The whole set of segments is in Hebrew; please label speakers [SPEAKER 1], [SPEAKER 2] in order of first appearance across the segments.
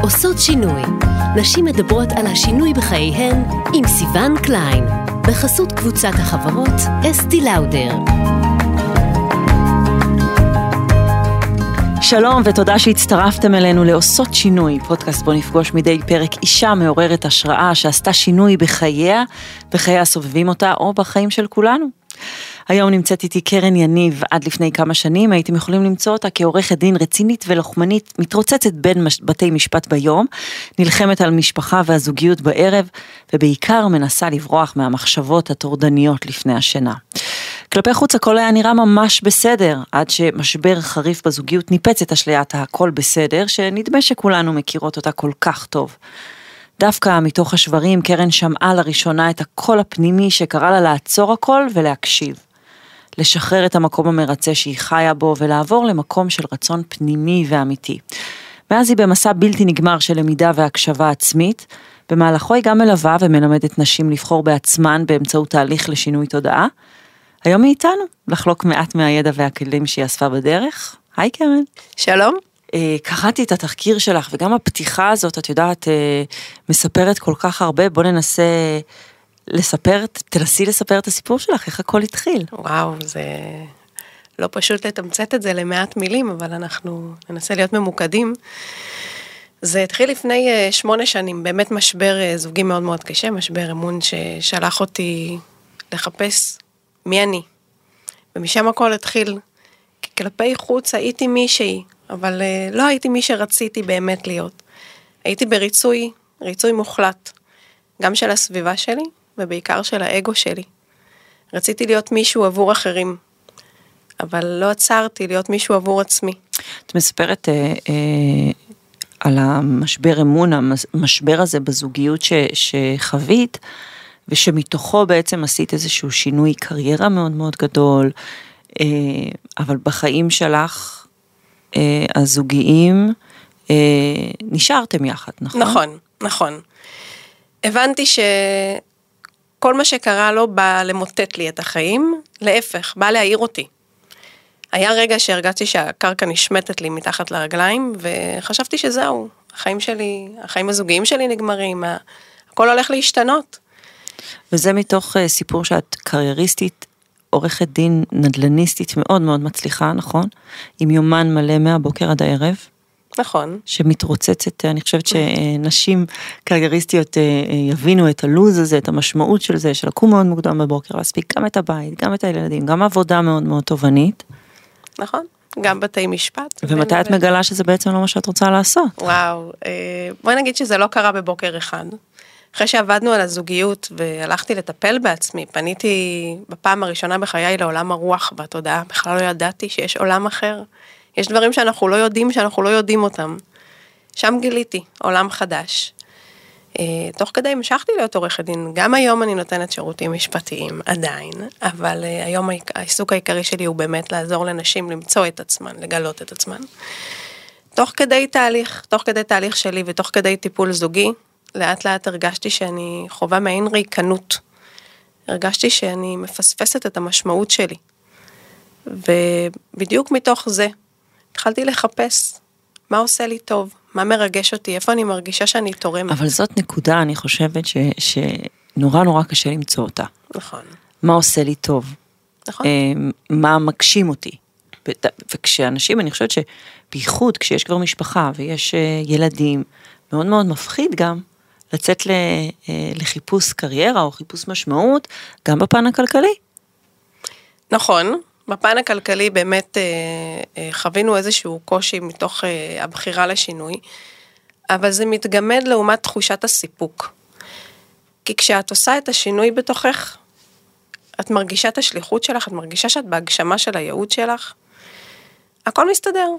[SPEAKER 1] עושות שינוי. נשים מדברות על השינוי בחייהן עם סיוון קליין, בחסות קבוצת החברות אסתי לאודר.
[SPEAKER 2] שלום ותודה שהצטרפתם אלינו לעושות שינוי, פודקאסט בו נפגוש מדי פרק אישה מעוררת השראה שעשתה שינוי בחייה, בחיי הסובבים אותה או בחיים של כולנו. היום נמצאת איתי קרן יניב. עד לפני כמה שנים הייתם יכולים למצוא אותה כעורכת דין רצינית ולוחמנית, מתרוצצת בין בתי משפט ביום, נלחמת על משפחה והזוגיות בערב, ובעיקר מנסה לברוח מהמחשבות הטורדניות לפני השינה. כלפי חוץ הכל היה נראה ממש בסדר, עד שמשבר חריף בזוגיות ניפץ את אשליית הכל בסדר, שנדמה שכולנו מכירות אותה כל כך טוב. דווקא מתוך השברים קרן שמעה לראשונה את הקול הפנימי שקרא לה לעצור הכל ולהקשיב. לשחרר את המקום המרצה שהיא חיה בו ולעבור למקום של רצון פנימי ואמיתי. מאז היא במסע בלתי נגמר של למידה והקשבה עצמית, במהלכו היא גם מלווה ומלמדת נשים לבחור בעצמן באמצעות תהליך לשינוי תודעה. היום היא איתנו לחלוק מעט מהידע והכלים שהיא אספה בדרך. היי קרן.
[SPEAKER 3] שלום.
[SPEAKER 2] קראתי את התחקיר שלך וגם הפתיחה הזאת, את יודעת, מספרת כל כך הרבה. בוא ננסה תנסי לספר את הסיפור שלך, איך הכל התחיל.
[SPEAKER 3] וואו, זה לא פשוט לתמצת את זה למעט מילים, אבל אנחנו ננסה להיות ממוקדים. זה התחיל לפני 8 שנים, באמת משבר זוגי מאוד מאוד קשה, משבר אמון ששלח אותי לחפש מי אני. ומשם הכל התחיל, כי כלפי חוץ הייתי מישהי, אבל לא הייתי מי שרציתי באמת להיות. הייתי בריצוי מוחלט, גם של הסביבה שלי, ובעיקר של האגו שלי. רציתי להיות מישהו עבור אחרים, אבל לא עצרתי להיות מישהו עבור עצמי.
[SPEAKER 2] את מספרת על המשבר אמון, המשבר הזה בזוגיות שחווית, ושמתוכו בעצם עשית איזשהו שינוי קריירה מאוד מאוד גדול, אבל בחיים שלך, הזוגיים, נשארתם יחד, נכון?
[SPEAKER 3] נכון. הבנתי שכל מה שקרה לו בא למוטט לי את החיים, להפך, בא להעיר אותי. היה רגע שהרגשתי שהקרקע נשמטת לי מתחת לרגליים, וחשבתי שזהו, החיים הזוגיים שלי נגמרים, הכל הולך להשתנות.
[SPEAKER 2] וזה מתוך סיפור שאת קרייריסטית, עורכת דין נדלניסטית מאוד מאוד מצליחה, נכון? עם יומן מלא מהבוקר עד הערב.
[SPEAKER 3] נכון.
[SPEAKER 2] שמתרוצצת, אני חושבת שנשים קרייריסטיות יבינו את הלוז הזה, את המשמעות של זה, של לקום מאוד מוקדם בבוקר, להספיק גם את הבית, גם את הילדים, גם עבודה מאוד מאוד תובנית.
[SPEAKER 3] נכון, גם בתי משפט.
[SPEAKER 2] ומתי את מגלה שזה בעצם לא מה שאת רוצה לעשות?
[SPEAKER 3] וואו, בואי נגיד שזה לא קרה בבוקר אחד. אחרי שעבדנו על הזוגיות והלכתי לטפל בעצמי, פניתי בפעם הראשונה בחיי לעולם הרוח בתודעה, בכלל לא ידעתי שיש עולם אחר. יש דברים שאנחנו לא יודעים אותם. שם גיליתי עולם חדש. תוך כדי המשכתי להיות עורכת דין, גם היום אני נותנת שירותים משפטיים עדיין, אבל היום העיסוק העיקרי שלי הוא באמת לעזור לנשים למצוא את עצמן, לגלות את עצמן. תוך כדי תהליך שלי ותוך כדי טיפול זוגי, לאט לאט הרגשתי שאני חווה מעין ריקנות. הרגשתי שאני מפספסת את המשמעות שלי. ובדיוק מתוך זה, התחלתי לחפש מה עושה לי טוב, מה מרגש אותי, איפה אני מרגישה שאני תורמת.
[SPEAKER 2] אבל זאת נקודה, אני חושבת שנורא נורא קשה למצוא אותה.
[SPEAKER 3] נכון.
[SPEAKER 2] מה עושה לי טוב?
[SPEAKER 3] נכון.
[SPEAKER 2] מה מגשים אותי? וכשאנשים, אני חושבת שבייחוד כשיש כבר משפחה ויש ילדים, מאוד מאוד מפחיד גם לצאת לחיפוש קריירה או חיפוש משמעות, גם בפן הכלכלי.
[SPEAKER 3] נכון. בפן הכלכלי באמת חווינו איזשהו קושי מתוך הבחירה לשינוי, אבל זה מתגמד לעומת תחושת הסיפוק. כי כשאת עושה את השינוי בתוכך, את מרגישה את השליחות שלך, את מרגישה שאת בהגשמה של הייעוד שלך, הכל מסתדר.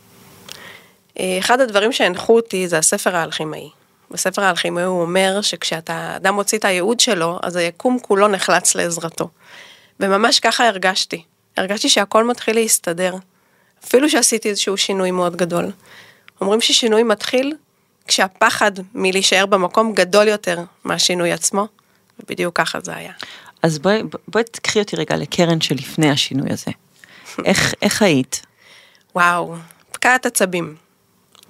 [SPEAKER 3] אחד הדברים שהנחו אותי זה הספר האלכימאי. בספר האלכימאי הוא אומר שכשאתה אדם מוציא את הייעוד שלו, אז היקום כולו נחלץ לעזרתו. וממש ככה הרגשתי. הרגשתי שהכל מתחיל להסתדר, אפילו שעשיתי איזשהו שינוי מאוד גדול. אומרים ששינוי מתחיל כשהפחד מלהישאר במקום גדול יותר מהשינוי עצמו, ובדיוק ככה זה היה.
[SPEAKER 2] אז בואי תקחי אותי רגע לקרן שלפני השינוי הזה. איך היית?
[SPEAKER 3] וואו, פקעת עצבים.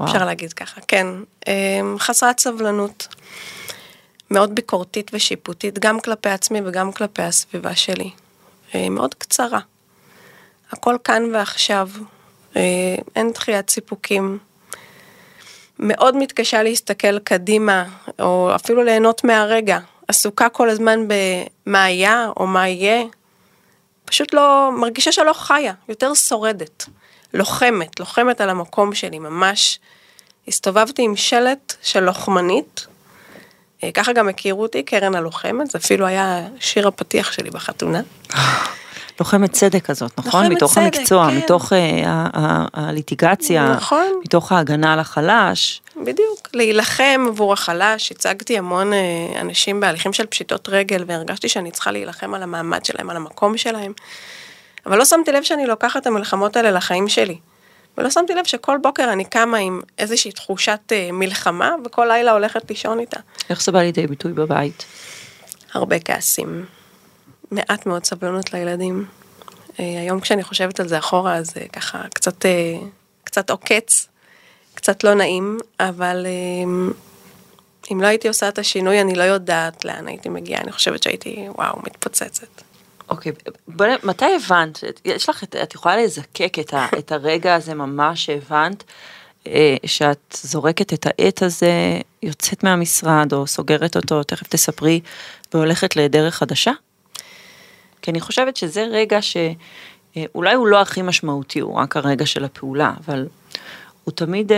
[SPEAKER 3] אפשר להגיד ככה, כן. חסרת סבלנות. מאוד ביקורתית ושיפוטית, גם כלפי עצמי וגם כלפי הסביבה שלי. מאוד קצרה. הכל כאן ועכשיו. אין דחיית סיפוקים. מאוד מתקשה להסתכל קדימה, או אפילו ליהנות מהרגע. עסוקה כל הזמן במה היה או מה יהיה. פשוט לא, מרגישה שלא חיה, יותר שורדת. לוחמת על המקום שלי, ממש. הסתובבתי עם שלט של לוחמנית, ככה גם הכירו אותי, קרן הלוחמת, זה אפילו היה שיר הפתיח שלי בחתונה.
[SPEAKER 2] לוחמת צדק הזאת, נכון? מתוך
[SPEAKER 3] צדק,
[SPEAKER 2] המקצוע,
[SPEAKER 3] כן.
[SPEAKER 2] מתוך הליטיגציה,
[SPEAKER 3] נכון.
[SPEAKER 2] מתוך ההגנה על החלש.
[SPEAKER 3] בדיוק, להילחם עבור החלש, הצגתי המון אנשים בהליכים של פשיטות רגל, והרגשתי שאני צריכה להילחם על המעמד שלהם, על המקום שלהם, אבל לא שמתי לב שאני לוקחת את המלחמות האלה לחיים שלי, ולא שמתי לב שכל בוקר אני קמה עם איזושהי תחושת מלחמה, וכל לילה הולכת לישון איתה.
[SPEAKER 2] איך זה בא לידי ביטוי בבית?
[SPEAKER 3] הרבה כעסים, מעט מאוד סבלנות לילדים. היום כשאני חושבת על זה אחורה, אז ככה קצת עוקץ, קצת לא נעים, אבל אם לא הייתי עושה את השינוי, אני לא יודעת לאן הייתי מגיעה, אני חושבת שהייתי, מתפוצצת.
[SPEAKER 2] אוקיי, מתי הבנת, יש לך, את יכולה לזקק את הרגע הזה ממש שהבנת, שאת זורקת את העט הזה, יוצאת מהמשרד, או סוגרת אותו, תכף תספרי, והולכת לדרך חדשה? כי אני חושבת שזה רגע שאולי הוא לא הכי משמעותי, הוא רק הרגע של הפעולה, אבל הוא תמיד,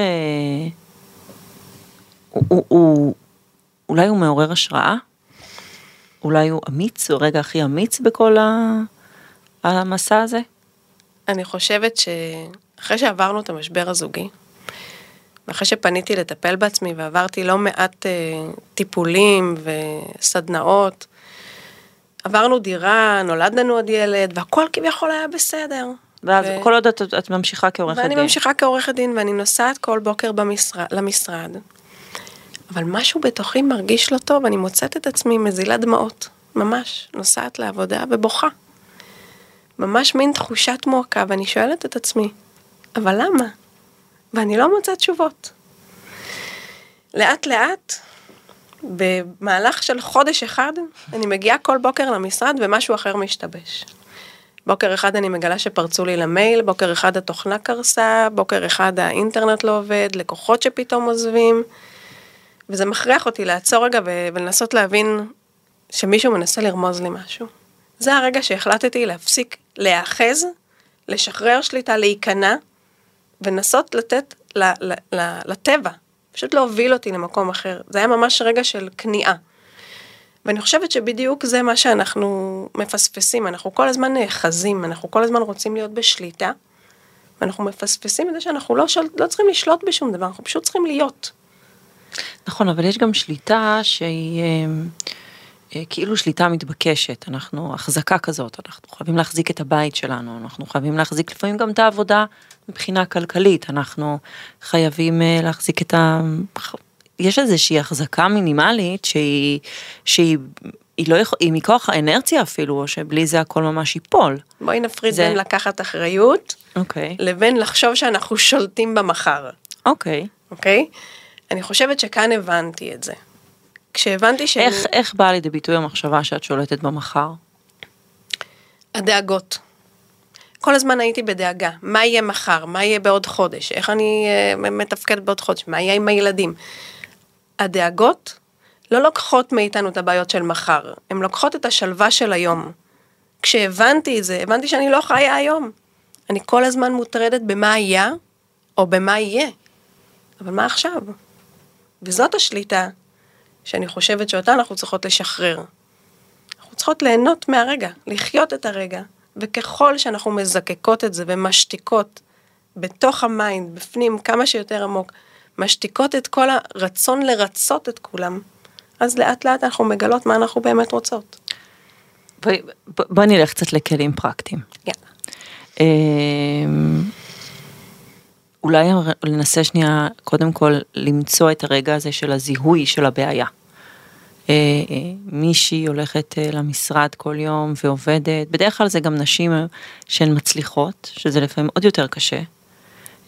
[SPEAKER 2] אולי הוא מעורר השראה, אולי הוא אמיץ, הוא הרגע הכי אמיץ בכל המסע הזה?
[SPEAKER 3] אני חושבת שאחרי שעברנו את המשבר הזוגי, ואחרי שפניתי לטפל בעצמי, ועברתי לא מעט טיפולים וסדנאות, עברנו דירה, נולד לנו עוד ילד, והכל כביכול היה בסדר.
[SPEAKER 2] ואז כל עוד את ממשיכה כעורכת דין.
[SPEAKER 3] ואני ממשיכה כעורכת דין, ואני נוסעת כל בוקר למשרד. אבל משהו בתוכי מרגיש לא טוב, אני מוצאת את עצמי מזילה דמעות, ממש, נוסעת לעבודה ובוכה. ממש מין תחושת מועקה, ואני שואלת את עצמי, אבל למה? ואני לא מוצאת תשובות. לאט לאט, במהלך של חודש אחד, אני מגיעה כל בוקר למשרד ומשהו אחר משתבש. בוקר אחד אני מגלה שפרצו לי למייל, בוקר אחד התוכנה קרסה, בוקר אחד האינטרנט לא עובד, לקוחות שפתאום עוזבים, וזה מכריח אותי לעצור רגע ולנסות להבין שמישהו מנסה לרמוז לי משהו. זה הרגע שהחלטתי להפסיק, להאחז, לשחרר שליטה, להיכנע, ונסות לתת לטבע, פשוט להוביל אותי למקום אחר. זה היה ממש רגע של כניעה. ואני חושבת שבדיוק זה מה שאנחנו מפספסים, אנחנו כל הזמן נאחזים, אנחנו כל הזמן רוצים להיות בשליטה, ואנחנו מפספסים את זה שאנחנו לא צריכים לשלוט בשום דבר, אנחנו פשוט צריכים להיות.
[SPEAKER 2] נכון, אבל יש גם שליטה שהיא כאילו שליטה מתבקשת, אנחנו, החזקה כזאת, אנחנו חייבים להחזיק את הבית שלנו, אנחנו חייבים להחזיק לפעמים גם את העבודה מבחינה כלכלית, אנחנו חייבים להחזיק את יש איזושהי החזקה מינימלית שהיא מכוח האנרציה אפילו, או שבלי זה הכל ממש ייפול.
[SPEAKER 3] בואי נפריד בין לקחת אחריות, לבין לחשוב שאנחנו שולטים במחר.
[SPEAKER 2] אוקיי.
[SPEAKER 3] אוקיי? אני חושבת שכאן הבנתי את זה. כשהבנתי
[SPEAKER 2] איך באה לידי ביטוי המחשבה שאת שולטת במחר?
[SPEAKER 3] הדאגות. כל הזמן הייתי בדאגה. מה יהיה מחר? מה יהיה בעוד חודש? איך אני מתפקד בעוד חודש? מה יהיה עם הילדים? הדאגות לא לוקחות מאיתנו את הבעיות של מחר. הן לוקחות את השלווה של היום. כשהבנתי את זה, הבנתי שאני לא חיה היום. אני כל הזמן מוטרדת במה היה, או במה יהיה. אבל מה עכשיו? וזאת השליטה שאני חושבת שאותה אנחנו צריכות לשחרר. אנחנו צריכות ליהנות מהרגע, לחיות את הרגע, וככל שאנחנו מזקקות את זה ומשתיקות בתוך המיינד, בפנים, כמה שיותר עמוק, משתיקות את כל הרצון לרצות את כולם, אז לאט לאט אנחנו מגלות מה אנחנו באמת רוצות.
[SPEAKER 2] בוא נלך קצת לכלים פרקטיים. אולי ננסה שנייה, קודם כל, למצוא את הרגע הזה של הזיהוי של הבעיה. מישהי הולכת למשרד כל יום ועובדת, בדרך כלל זה גם נשים שהן מצליחות, שזה לפעמים עוד יותר קשה,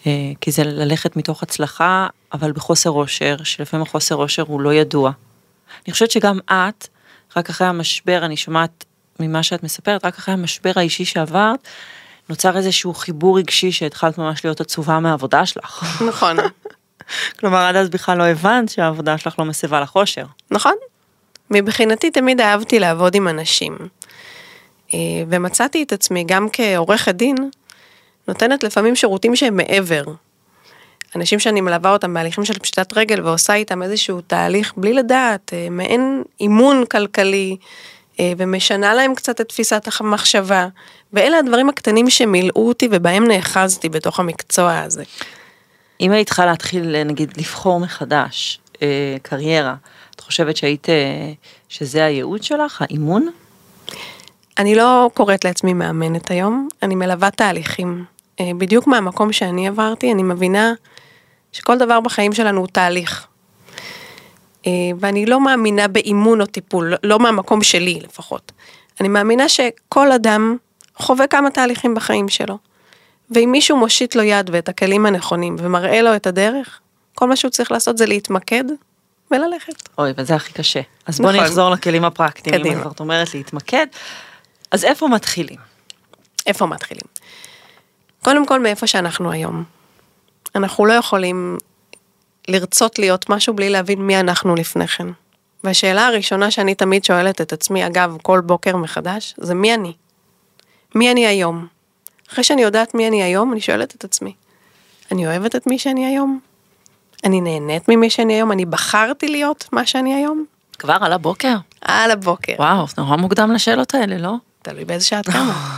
[SPEAKER 2] כי זה ללכת מתוך הצלחה, אבל בחוסר אושר, שלפעמים החוסר אושר הוא לא ידוע. אני חושבת שגם את, רק אחרי המשבר, אני שומעת ממה שאת מספרת, רק אחרי המשבר האישי שעברת, נוצר איזשהו חיבור רגשי שהתחלת ממש להיות עצובה מהעבודה שלך.
[SPEAKER 3] נכון.
[SPEAKER 2] כלומר, עד אז בכלל לא הבנת שהעבודה שלך לא מסבה לך אושר.
[SPEAKER 3] נכון. מבחינתי תמיד אהבתי לעבוד עם אנשים. ומצאתי את עצמי גם כעורכת דין, נותנת לפעמים שירותים שהם מעבר. אנשים שאני מלווה אותם בהליכים של פשיטת רגל ועושה איתם איזשהו תהליך בלי לדעת, מעין אימון כלכלי, ומשנה להם קצת את תפיסת המחשבה. ואלה הדברים הקטנים שמילאו אותי ובהם נאחזתי בתוך המקצוע הזה.
[SPEAKER 2] אם היית צריכה להתחיל, נגיד, לבחור מחדש קריירה, את חושבת שזה הייעוד שלך, האימון?
[SPEAKER 3] אני לא קוראת לעצמי מאמנת היום, אני מלווה תהליכים. בדיוק מהמקום שאני עברתי, אני מבינה שכל דבר בחיים שלנו הוא תהליך. ואני לא מאמינה באימון או טיפול, לא מהמקום שלי לפחות. אני מאמינה שכל אדם חווה כמה תהליכים בחיים שלו. ואם מישהו מושיט לו יד ואת הכלים הנכונים ומראה לו את הדרך, כל מה שהוא צריך לעשות זה להתמקד וללכת.
[SPEAKER 2] אוי, וזה הכי קשה. אז בוא נחזור לכלים הפרקטיים.
[SPEAKER 3] קדימה.
[SPEAKER 2] אם את אומרת להתמקד. אז איפה מתחילים?
[SPEAKER 3] איפה מתחילים? קודם כל מאיפה שאנחנו היום. אנחנו לא יכולים לרצות להיות משהו בלי להבין מי אנחנו לפני כן. והשאלה הראשונה שאני תמיד שואלת את עצמי, אגב, כל בוקר מחדש, זה מי אני? מי אני היום? אחרי שאני יודעת מי אני היום, אני שואלת את עצמי, אני אוהבת את מי שאני היום? אני נהנית ממי שאני היום? אני בחרתי להיות מה שאני היום?
[SPEAKER 2] כבר על הבוקר?
[SPEAKER 3] על הבוקר.
[SPEAKER 2] וואו, נורא מוקדם לשאלות האלה, לא?
[SPEAKER 3] תלוי באיזה שעת כמה.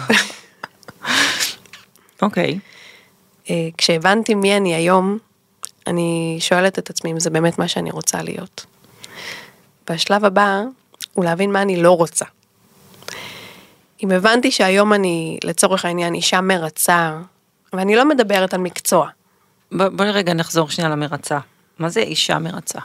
[SPEAKER 2] אוקיי.
[SPEAKER 3] כשהבנתי מי אני היום, אני שואלת את עצמי אם זה באמת מה שאני רוצה להיות. והשלב הבא הוא להבין מה אני לא רוצה. אם הבנתי שהיום אני, לצורך העניין, אישה מרצה, ואני לא מדברת על מקצוע.
[SPEAKER 2] בואי רגע נחזור שנייה למרצה. מה זה אישה מרצה?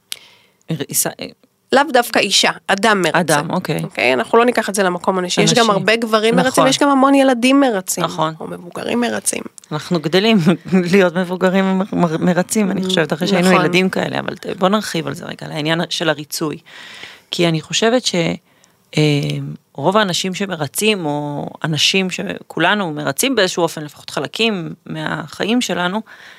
[SPEAKER 3] לאו דווקא אישה, אדם מרצה.
[SPEAKER 2] אדם, אוקיי.
[SPEAKER 3] אנחנו לא ניקח את זה למקום אנשי. יש גם הרבה גברים
[SPEAKER 2] נכון.
[SPEAKER 3] מרצים, יש גם המון ילדים מרצים.
[SPEAKER 2] נכון.
[SPEAKER 3] או מבוגרים מרצים.
[SPEAKER 2] אנחנו גדלים להיות מבוגרים מרצים, אני חושבת, אחרי שהיינו
[SPEAKER 3] נכון.
[SPEAKER 2] ילדים כאלה, אבל בוא נרחיב על זה רגע, לעניין של הריצוי. כי אני חושבת שרוב האנשים שמרצים, או אנשים שכולנו מרצים באיזשהו אופן, לפחות חלקים מהחיים שלנו,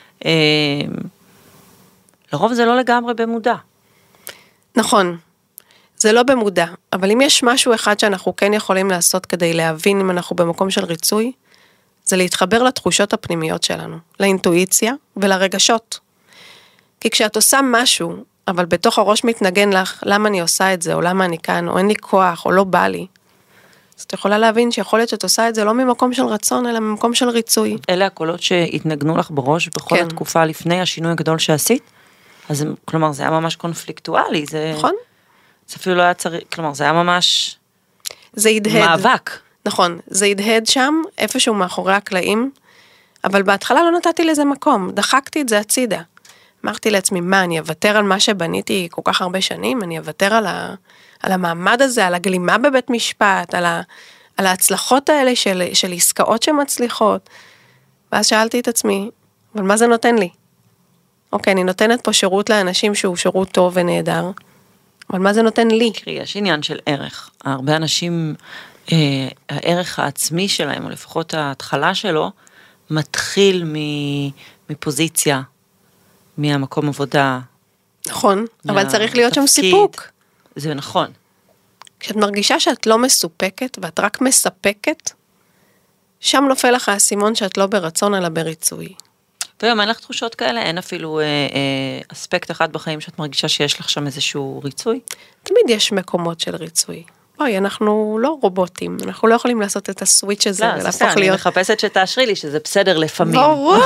[SPEAKER 2] לרוב זה לא לגמרי במודע.
[SPEAKER 3] נכון, זה לא במודע, אבל אם יש משהו אחד שאנחנו כן יכולים לעשות כדי להבין אם אנחנו במקום של ריצוי, זה להתחבר לתחושות הפנימיות שלנו, לאינטואיציה ולרגשות. כי כשאת עושה משהו, אבל בתוך הראש מתנגן לך, למה אני עושה את זה, או למה אני כאן, או אין לי כוח, או לא בא לי, אז את יכולה להבין שיכול להיות שאת עושה את זה לא ממקום של רצון, אלא ממקום של ריצוי.
[SPEAKER 2] אלה הקולות שהתנגנו לך בראש בכל
[SPEAKER 3] כן.
[SPEAKER 2] התקופה לפני השינוי הגדול שעשית? אז כלומר, זה היה ממש קונפליקטואלי, זה...
[SPEAKER 3] נכון?
[SPEAKER 2] זה אפילו לא היה צריך, כלומר, זה היה ממש...
[SPEAKER 3] זה הדהד.
[SPEAKER 2] מאבק.
[SPEAKER 3] נכון, זה הדהד שם, איפשהו מאחורי הקלעים, אבל בהתחלה לא נתתי לזה מקום, דחקתי את זה הצידה. אמרתי לעצמי, מה, אני אוותר על מה שבניתי כל כך הרבה שנים? אני אוותר על המעמד הזה, על הגלימה בבית משפט, על ההצלחות האלה של עסקאות שמצליחות. ואז שאלתי את עצמי, אבל מה זה נותן לי? אוקיי, אני נותנת פה שירות לאנשים שהוא שירות טוב ונהדר, אבל מה זה נותן לי?
[SPEAKER 2] תראי, יש עניין של ערך. הרבה אנשים, הערך העצמי שלהם, או לפחות ההתחלה שלו, מתחיל מפוזיציה, מהמקום עבודה.
[SPEAKER 3] נכון, אבל צריך להיות שם סיפוק.
[SPEAKER 2] זה נכון.
[SPEAKER 3] כשאת מרגישה שאת לא מסופקת, ואת רק מספקת, שם נופל לך הסימון שאת לא ברצון, אלא בריצוי.
[SPEAKER 2] והיום אין לך תחושות כאלה? אין אפילו אספקט אחד בחיים שאת מרגישה שיש לך שם איזשהו ריצוי?
[SPEAKER 3] תמיד יש מקומות של ריצוי. בואי, אנחנו לא רובוטים, אנחנו לא יכולים לעשות את הסוויץ' הזה,
[SPEAKER 2] ולהפוך להיות... אני מחפשת שתאשרי לי שזה בסדר לפעמים.
[SPEAKER 3] ברור!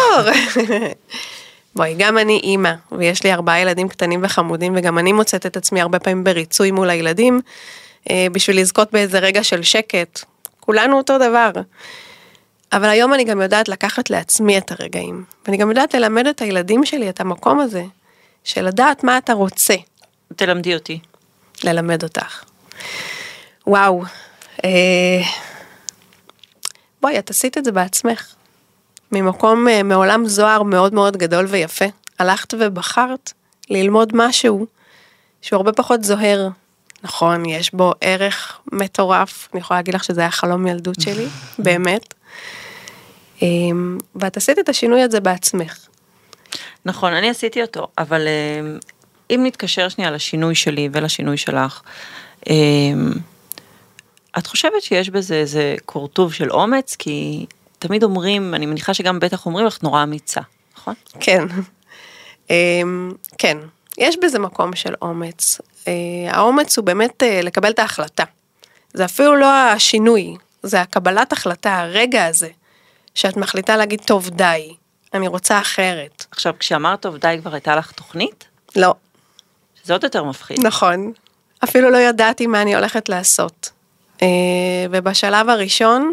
[SPEAKER 3] בואי, גם אני אימא, ויש לי 4 ילדים קטנים וחמודים, וגם אני מוצאת את עצמי הרבה פעמים בריצוי מול הילדים, בשביל לזכות באיזה רגע של שקט. כולנו אותו דבר. אבל היום אני גם יודעת לקחת לעצמי את הרגעים, ואני גם יודעת ללמד את הילדים שלי את המקום הזה, של לדעת מה אתה רוצה.
[SPEAKER 2] תלמדי אותי.
[SPEAKER 3] ללמד אותך. וואו. בואי, את עשית את זה בעצמך. ממקום, מעולם זוהר מאוד מאוד גדול ויפה. הלכת ובחרת ללמוד משהו שהוא הרבה פחות זוהר. נכון, יש בו ערך מטורף, אני יכולה להגיד לך שזה היה חלום ילדות שלי, באמת. ואת עשית את השינוי הזה בעצמך.
[SPEAKER 2] נכון, אני עשיתי אותו, אבל אם נתקשר שנייה לשינוי שלי ולשינוי שלך, את חושבת שיש בזה איזה קורטוב של אומץ? כי תמיד אומרים, אני מניחה שגם בטח אומרים לך נורא אמיצה, נכון?
[SPEAKER 3] כן, כן, יש בזה מקום של אומץ. האומץ הוא באמת לקבל את ההחלטה. זה אפילו לא השינוי, זה הקבלת החלטה, הרגע הזה, שאת מחליטה להגיד, טוב, די, אני רוצה אחרת.
[SPEAKER 2] עכשיו, כשאמרת טוב, די, כבר הייתה לך תוכנית?
[SPEAKER 3] לא.
[SPEAKER 2] זה עוד יותר מפחיד.
[SPEAKER 3] נכון. אפילו לא ידעתי מה אני הולכת לעשות. ובשלב הראשון,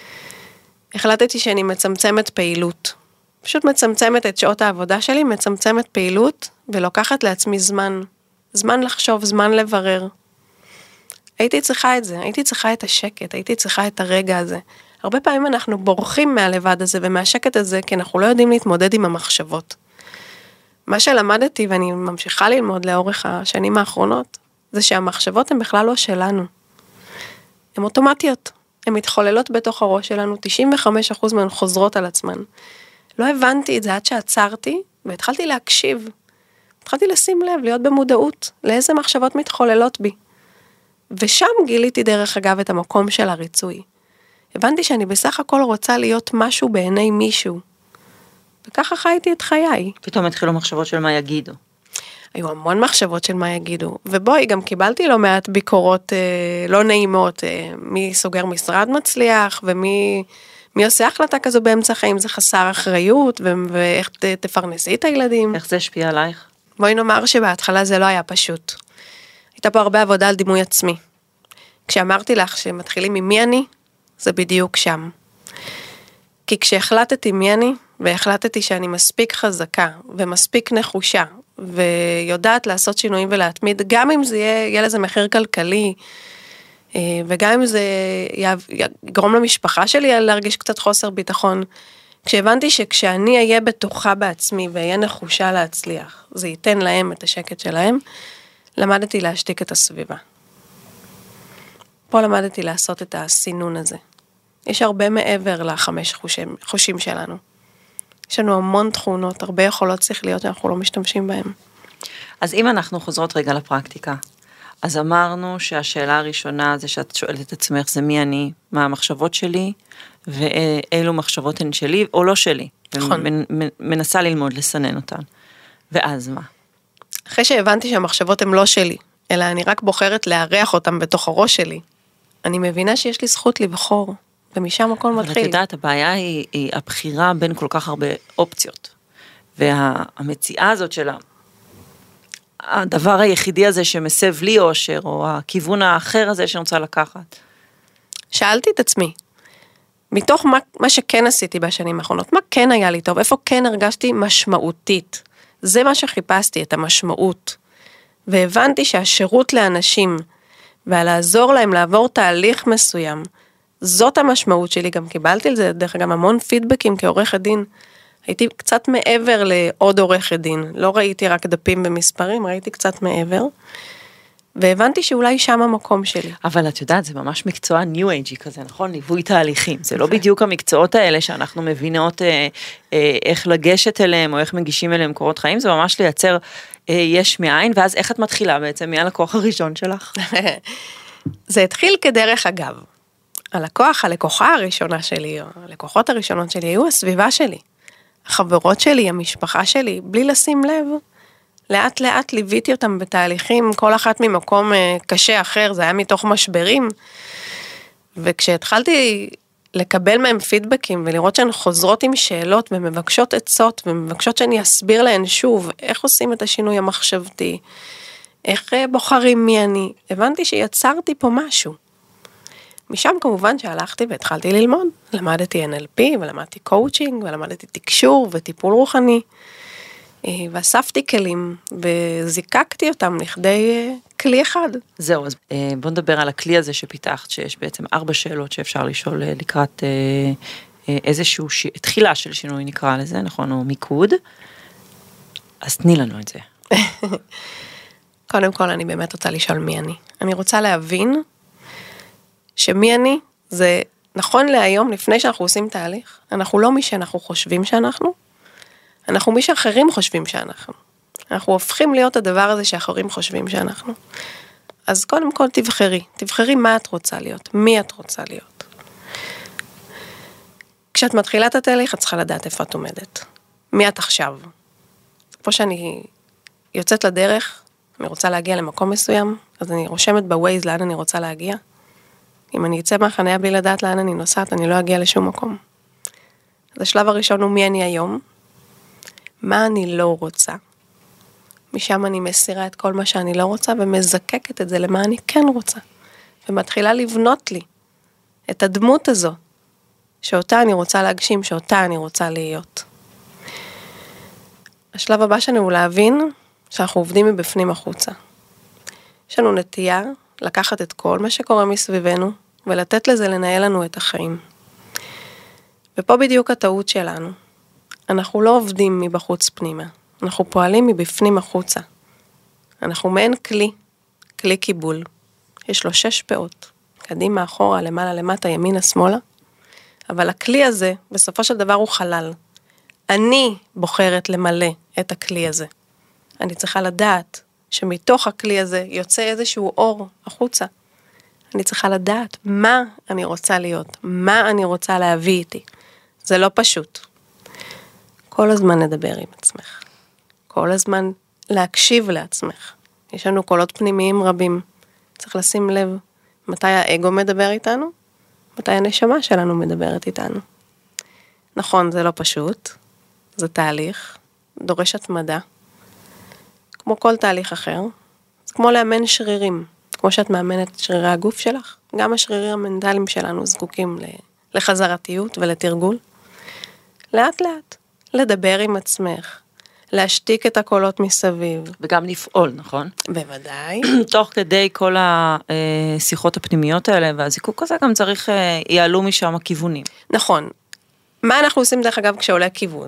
[SPEAKER 3] החלטתי שאני מצמצמת פעילות. פשוט מצמצמת את שעות העבודה שלי, מצמצמת פעילות, ולוקחת לעצמי זמן. זמן לחשוב, זמן לברר. הייתי צריכה את זה, הייתי צריכה את השקט, הייתי צריכה את הרגע הזה. הרבה פעמים אנחנו בורחים מהלבד הזה ומהשקט הזה, כי אנחנו לא יודעים להתמודד עם המחשבות. מה שלמדתי, ואני ממשיכה ללמוד לאורך השנים האחרונות, זה שהמחשבות הן בכלל לא שלנו. הן אוטומטיות, הן מתחוללות בתוך הראש שלנו, 95% מהן חוזרות על עצמן. לא הבנתי את זה עד שעצרתי, והתחלתי להקשיב. התחלתי לשים לב, להיות במודעות, לאיזה מחשבות מתחוללות בי. ושם גיליתי דרך אגב את המקום של הריצוי. הבנתי שאני בסך הכל רוצה להיות משהו בעיני מישהו. וככה חייתי את חיי.
[SPEAKER 2] פתאום התחילו מחשבות של מה יגידו.
[SPEAKER 3] היו המון מחשבות של מה יגידו. ובואי, גם קיבלתי לא מעט ביקורות לא נעימות. מי סוגר משרד מצליח, ומי עושה החלטה כזו באמצע חיים, זה חסר אחריות, ואיך תפרנסי את הילדים.
[SPEAKER 2] איך זה השפיע עלייך?
[SPEAKER 3] בואי נאמר שבהתחלה זה לא היה פשוט. הייתה פה הרבה עבודה על דימוי עצמי. כשאמרתי לך שמתחילים ממי אני, זה בדיוק שם. כי כשהחלטתי מי אני, והחלטתי שאני מספיק חזקה, ומספיק נחושה, ויודעת לעשות שינויים ולהתמיד, גם אם זה יהיה לזה מחיר כלכלי, וגם אם זה יגרום למשפחה שלי להרגיש קצת חוסר ביטחון, כשהבנתי שכשאני אהיה בטוחה בעצמי, ואהיה נחושה להצליח, זה ייתן להם את השקט שלהם, למדתי להשתיק את הסביבה. פה למדתי לעשות את הסינון הזה. יש הרבה מעבר לחמש חושים שלנו. יש לנו המון תכונות, הרבה יכולות שכליות שאנחנו לא משתמשים בהן.
[SPEAKER 2] אז אם אנחנו חוזרות רגע לפרקטיקה, אז אמרנו שהשאלה הראשונה זה שאת שואלת את עצמך, זה מי אני, מה המחשבות שלי, ואילו מחשבות הן שלי או לא שלי.
[SPEAKER 3] נכון.
[SPEAKER 2] מנסה ללמוד, לסנן אותן. ואז מה?
[SPEAKER 3] אחרי שהבנתי שהמחשבות הן לא שלי, אלא אני רק בוחרת להריח אותן בתוך הראש שלי, אני מבינה שיש לי זכות לבחור, ומשם הכל מתחיל.
[SPEAKER 2] אבל את יודעת, הבעיה היא הבחירה בין כל כך הרבה אופציות. והמציאה הזאת שלה, הדבר היחידי הזה שמסב לי אושר, או הכיוון האחר הזה שאני רוצה לקחת.
[SPEAKER 3] שאלתי את עצמי, מתוך מה שכן עשיתי בשנים האחרונות, מה כן היה לי טוב, איפה כן הרגשתי משמעותית. זה מה שחיפשתי, את המשמעות. והבנתי שהשירות לאנשים, ולעזור להם לעבור תהליך מסוים, זאת המשמעות שלי, גם קיבלתי על זה, דרך אגב, המון פידבקים כעורכת דין, הייתי קצת מעבר לעוד עורכת דין, לא ראיתי רק דפים במספרים, ראיתי קצת מעבר, והבנתי שאולי שם המקום שלי.
[SPEAKER 2] אבל את יודעת, זה ממש מקצוע ניו אייג'י כזה, נכון? ליווי תהליכים, זה לא בדיוק המקצועות האלה שאנחנו מבינות איך לגשת אליהם, או איך מגישים אליהם קורות חיים, זה ממש לייצר יש מאין, ואז איך את מתחילה בעצם, מי הלקוח הראשון שלך?
[SPEAKER 3] זה התחיל כדרך אגב. הלקוחה הראשונה שלי, או הלקוחות הראשונות שלי, היו הסביבה שלי. החברות שלי, המשפחה שלי, בלי לשים לב, לאט לאט ליוויתי אותם בתהליכים, כל אחת ממקום קשה אחר, זה היה מתוך משברים, וכשהתחלתי לקבל מהם פידבקים, ולראות שהן חוזרות עם שאלות, ומבקשות עצות, ומבקשות שאני אסביר להן שוב, איך עושים את השינוי המחשבתי, איך בוחרים מי אני, הבנתי שיצרתי פה משהו. משם כמובן שהלכתי והתחלתי ללמוד, למדתי NLP ולמדתי קואוצ'ינג ולמדתי תקשור וטיפול רוחני, ואספתי כלים וזיקקתי אותם לכדי כלי אחד.
[SPEAKER 2] זהו, אז בוא נדבר על הכלי הזה שפיתחת, שיש בעצם 4 שאלות שאפשר לשאול לקראת איזשהו תחילה של שינוי נקרא לזה, נכון, או מיקוד, אז תני לנו את זה.
[SPEAKER 3] קודם כל אני באמת רוצה לשאול מי אני. אני רוצה להבין שמי אני זה נכון להיום, לפני שאנחנו עושים תהליך, אנחנו לא מי שאנחנו חושבים שאנחנו, אנחנו מי שאחרים חושבים שאנחנו. אנחנו הופכים להיות הדבר הזה שאחרים חושבים שאנחנו. אז קודם כל תבחרי מה את רוצה להיות, מי את רוצה להיות. כשאת מתחילה את התהליך, את צריכה לדעת איפה את עומדת. מי את עכשיו? פה שאני יוצאת לדרך, אני רוצה להגיע למקום מסוים, אז אני רושמת בווייז לאן אני רוצה להגיע. אם אני אצא מהחניה בלי לדעת לאן אני נוסעת, אני לא אגיע לשום מקום. אז השלב הראשון הוא מי אני היום, מה אני לא רוצה. משם אני מסירה את כל מה שאני לא רוצה, ומזקקת את זה למה אני כן רוצה. ומתחילה לבנות לי את הדמות הזו, שאותה אני רוצה להגשים, שאותה אני רוצה להיות. השלב הבא שלנו הוא להבין שאנחנו עובדים מבפנים החוצה. יש לנו נטייה לקחת את כל מה שקורה מסביבנו, ולתת לזה לנהל לנו את החיים. ופה בדיוק הטעות שלנו. אנחנו לא עובדים מבחוץ פנימה, אנחנו פועלים מבפנים החוצה. אנחנו מעין כלי קיבול. יש לו 6 פאות, קדימה, אחורה, למעלה, למטה, ימינה, שמאלה. אבל הכלי הזה, בסופו של דבר הוא חלל. אני בוחרת למלא את הכלי הזה. אני צריכה לדעת שמתוך הכלי הזה יוצא איזשהו אור החוצה. אני צריכה לדעת מה אני רוצה להיות, מה אני רוצה להביא איתי. זה לא פשוט. כל הזמן לדבר עם עצמך. כל הזמן להקשיב לעצמך. יש לנו קולות פנימיים רבים. צריך לשים לב מתי האגו מדבר איתנו, מתי הנשמה שלנו מדברת איתנו. נכון, זה לא פשוט. זה תהליך, דורש התמדה. כמו כל תהליך אחר. זה כמו לאמן שרירים. כמו שאת מאמנת את שרירי הגוף שלך, גם השרירים המנטליים שלנו זקוקים לחזרתיות ולתרגול. לאט לאט, לדבר עם עצמך, להשתיק את הקולות מסביב.
[SPEAKER 2] וגם לפעול, נכון?
[SPEAKER 3] בוודאי.
[SPEAKER 2] תוך כדי כל השיחות הפנימיות האלה, והזיקוק הזה גם צריך, יעלו משם הכיוונים.
[SPEAKER 3] נכון. מה אנחנו עושים דרך אגב כשעולה כיוון?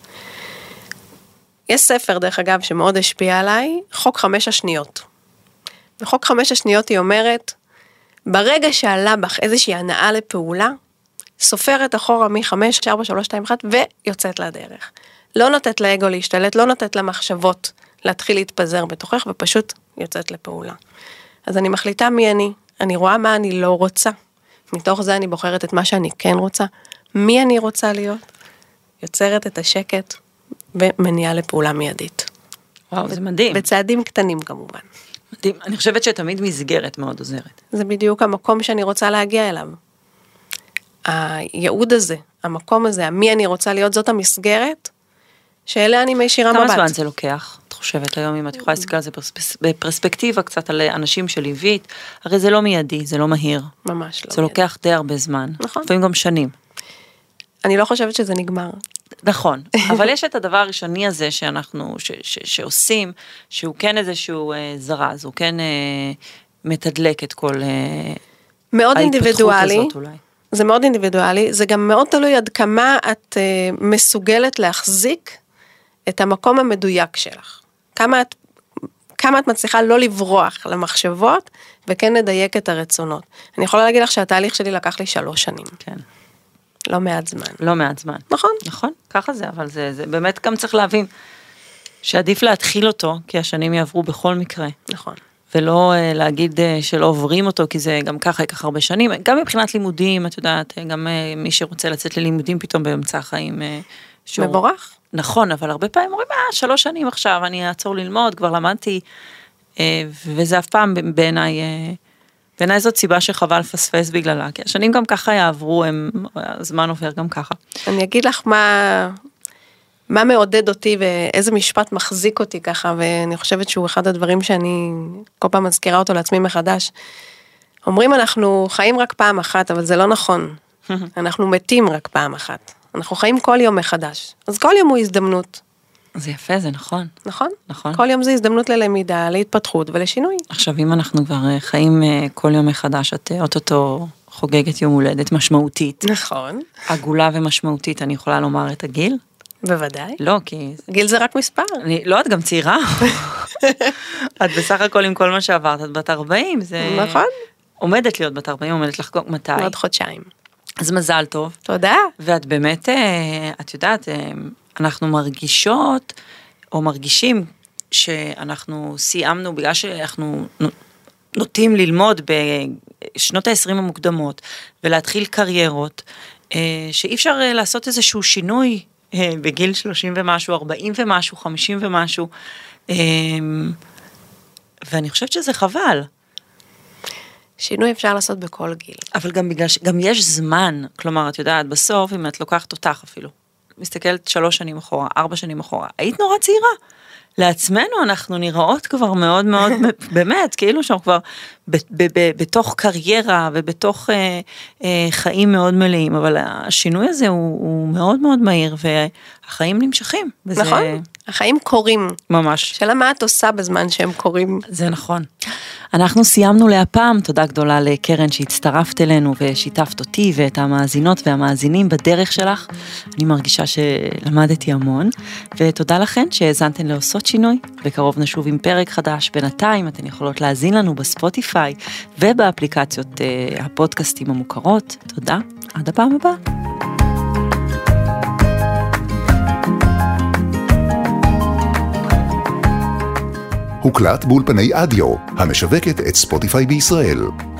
[SPEAKER 3] יש ספר דרך אגב שמאוד השפיע עליי, חוק 5 השניות. בחוק 5 השניות היא אומרת, ברגע שעלה בך איזושהי הנאה לפעולה, סופרת אחורה מ5, 4, 3, 2, 1 ויוצאת לדרך. לא נותנת לאגו להשתלט, לא נותנת למחשבות להתחיל להתפזר בתוכך ופשוט יוצאת לפעולה. אז אני מחליטה מי אני רואה מה אני לא רוצה. מתוך זה אני בוחרת את מה שאני כן רוצה, מי אני רוצה להיות, יוצרת את השקט ומניעה לפעולה מיידית.
[SPEAKER 2] וואו, זה מדהים.
[SPEAKER 3] בצעדים קטנים כמובן.
[SPEAKER 2] מדהים. אני חושבת שתמיד מסגרת מאוד עוזרת.
[SPEAKER 3] זה בדיוק המקום שאני רוצה להגיע אליו. הייעוד הזה, המקום הזה, מי אני רוצה להיות, זאת המסגרת, שאלה אני מישירה מבט.
[SPEAKER 2] כמה זמן זה לוקח? את חושבת היום, אם את יכולה להסתכל על זה בפרספקטיבה קצת על אנשים שליווית, הרי זה לא מיידי, זה לא מהיר.
[SPEAKER 3] ממש לא.
[SPEAKER 2] זה לוקח די הרבה זמן.
[SPEAKER 3] נכון.
[SPEAKER 2] לפעמים גם שנים.
[SPEAKER 3] אני לא חושבת שזה נגמר.
[SPEAKER 2] נכון, אבל יש את הדבר הראשוני הזה שאנחנו, שעושים, שהוא כן איזשהו זרז, הוא כן מתדלק את כל
[SPEAKER 3] מאוד אינדיבידואלי,
[SPEAKER 2] הזאת אולי.
[SPEAKER 3] זה מאוד אינדיבידואלי, זה גם מאוד תלוי עד כמה את מסוגלת להחזיק את המקום המדויק שלך. כמה את מצליחה לא לברוח למחשבות, וכן לדייק את הרצונות. אני יכולה להגיד לך שהתהליך שלי לקח לי 3 שנים.
[SPEAKER 2] כן.
[SPEAKER 3] לא מעט זמן.
[SPEAKER 2] לא מעט זמן.
[SPEAKER 3] נכון.
[SPEAKER 2] נכון, ככה זה, אבל זה באמת גם צריך להבין, שעדיף להתחיל אותו, כי השנים יעברו בכל מקרה.
[SPEAKER 3] נכון.
[SPEAKER 2] ולא להגיד שלא עוברים אותו, כי זה גם ככה ייקח הרבה שנים, גם מבחינת לימודים, את יודעת, גם מי שרוצה לצאת ללימודים פתאום באמצע החיים.
[SPEAKER 3] מבורך.
[SPEAKER 2] נכון, אבל הרבה פעמים אומרים, 3 שנים עכשיו, אני אעצור ללמוד, כבר למדתי, וזה אף פעם בעיניי, זאת סיבה שחבל לפספס בגללה, כי השנים גם ככה יעברו, הזמן עובר גם ככה.
[SPEAKER 3] אני אגיד לך מה מעודד אותי ואיזה משפט מחזיק אותי ככה, ואני חושבת שהוא אחד הדברים שאני כל פעם מזכירה אותו לעצמי מחדש. אומרים אנחנו חיים רק פעם אחת, אבל זה לא נכון. אנחנו מתים רק פעם אחת. אנחנו חיים כל יום מחדש. אז כל יום הוא הזדמנות.
[SPEAKER 2] זה יפה, זה נכון.
[SPEAKER 3] נכון?
[SPEAKER 2] נכון.
[SPEAKER 3] כל יום זה הזדמנות ללמידה, להתפתחות ולשינוי.
[SPEAKER 2] עכשיו, אם אנחנו כבר חיים כל יום מחדש, את אוטוטו חוגגת יום הולדת משמעותית.
[SPEAKER 3] נכון.
[SPEAKER 2] עגולה ומשמעותית, אני יכולה לומר את הגיל?
[SPEAKER 3] בוודאי.
[SPEAKER 2] לא, כי...
[SPEAKER 3] גיל זה רק מספר.
[SPEAKER 2] לא, את גם צעירה. את בסך הכל עם כל מה שעברת, את בת 40, זה...
[SPEAKER 3] נכון.
[SPEAKER 2] עומדת להיות בת 40, עומדת לחגוג מתי?
[SPEAKER 3] עוד חודשיים.
[SPEAKER 2] אז מזל טוב.
[SPEAKER 3] תודה.
[SPEAKER 2] ואת באמת, את יודעת, אנחנו מרגישות, או מרגישים, שאנחנו סיימנו, בגלל שאנחנו נוטים ללמוד בשנות ה-20 המוקדמות, ולהתחיל קריירות, שאי אפשר לעשות איזשהו שינוי, בגיל 30 ומשהו, 40 ומשהו, 50 ומשהו, ואני חושבת שזה חבל.
[SPEAKER 3] שינוי אפשר לעשות בכל גיל.
[SPEAKER 2] אבל גם בגלל שגם יש זמן, כלומר, את יודעת, בסוף, אם את לוקחת אותך אפילו, מסתכלת 3 שנים אחורה, 4 שנים אחורה, היית נורא צעירה. לעצמנו אנחנו נראות כבר מאוד מאוד, באמת, כאילו שאנחנו כבר בתוך קריירה ובתוך חיים מאוד מלאים, אבל השינוי הזה הוא מאוד מאוד מהיר, והחיים נמשכים.
[SPEAKER 3] נכון, החיים קורים.
[SPEAKER 2] ממש.
[SPEAKER 3] שאלה מה את עושה בזמן שהם קורים.
[SPEAKER 2] זה נכון. אנחנו סיימנו להפעם, תודה גדולה לקרן שהצטרפת אלינו ושיתפת אותי ואת המאזינות והמאזינים בדרך שלך. אני מרגישה שלמדתי המון, ותודה לכן שהאזנתן לעושות שינוי. בקרוב נשוב עם פרק חדש, בינתיים אתן יכולות להאזין לנו בספוטיפיי ובאפליקציות הפודקאסטים המוכרות. תודה, עד הפעם הבאה.
[SPEAKER 4] הוקלט באולפני אדיו, המשווקת את ספוטיפיי בישראל.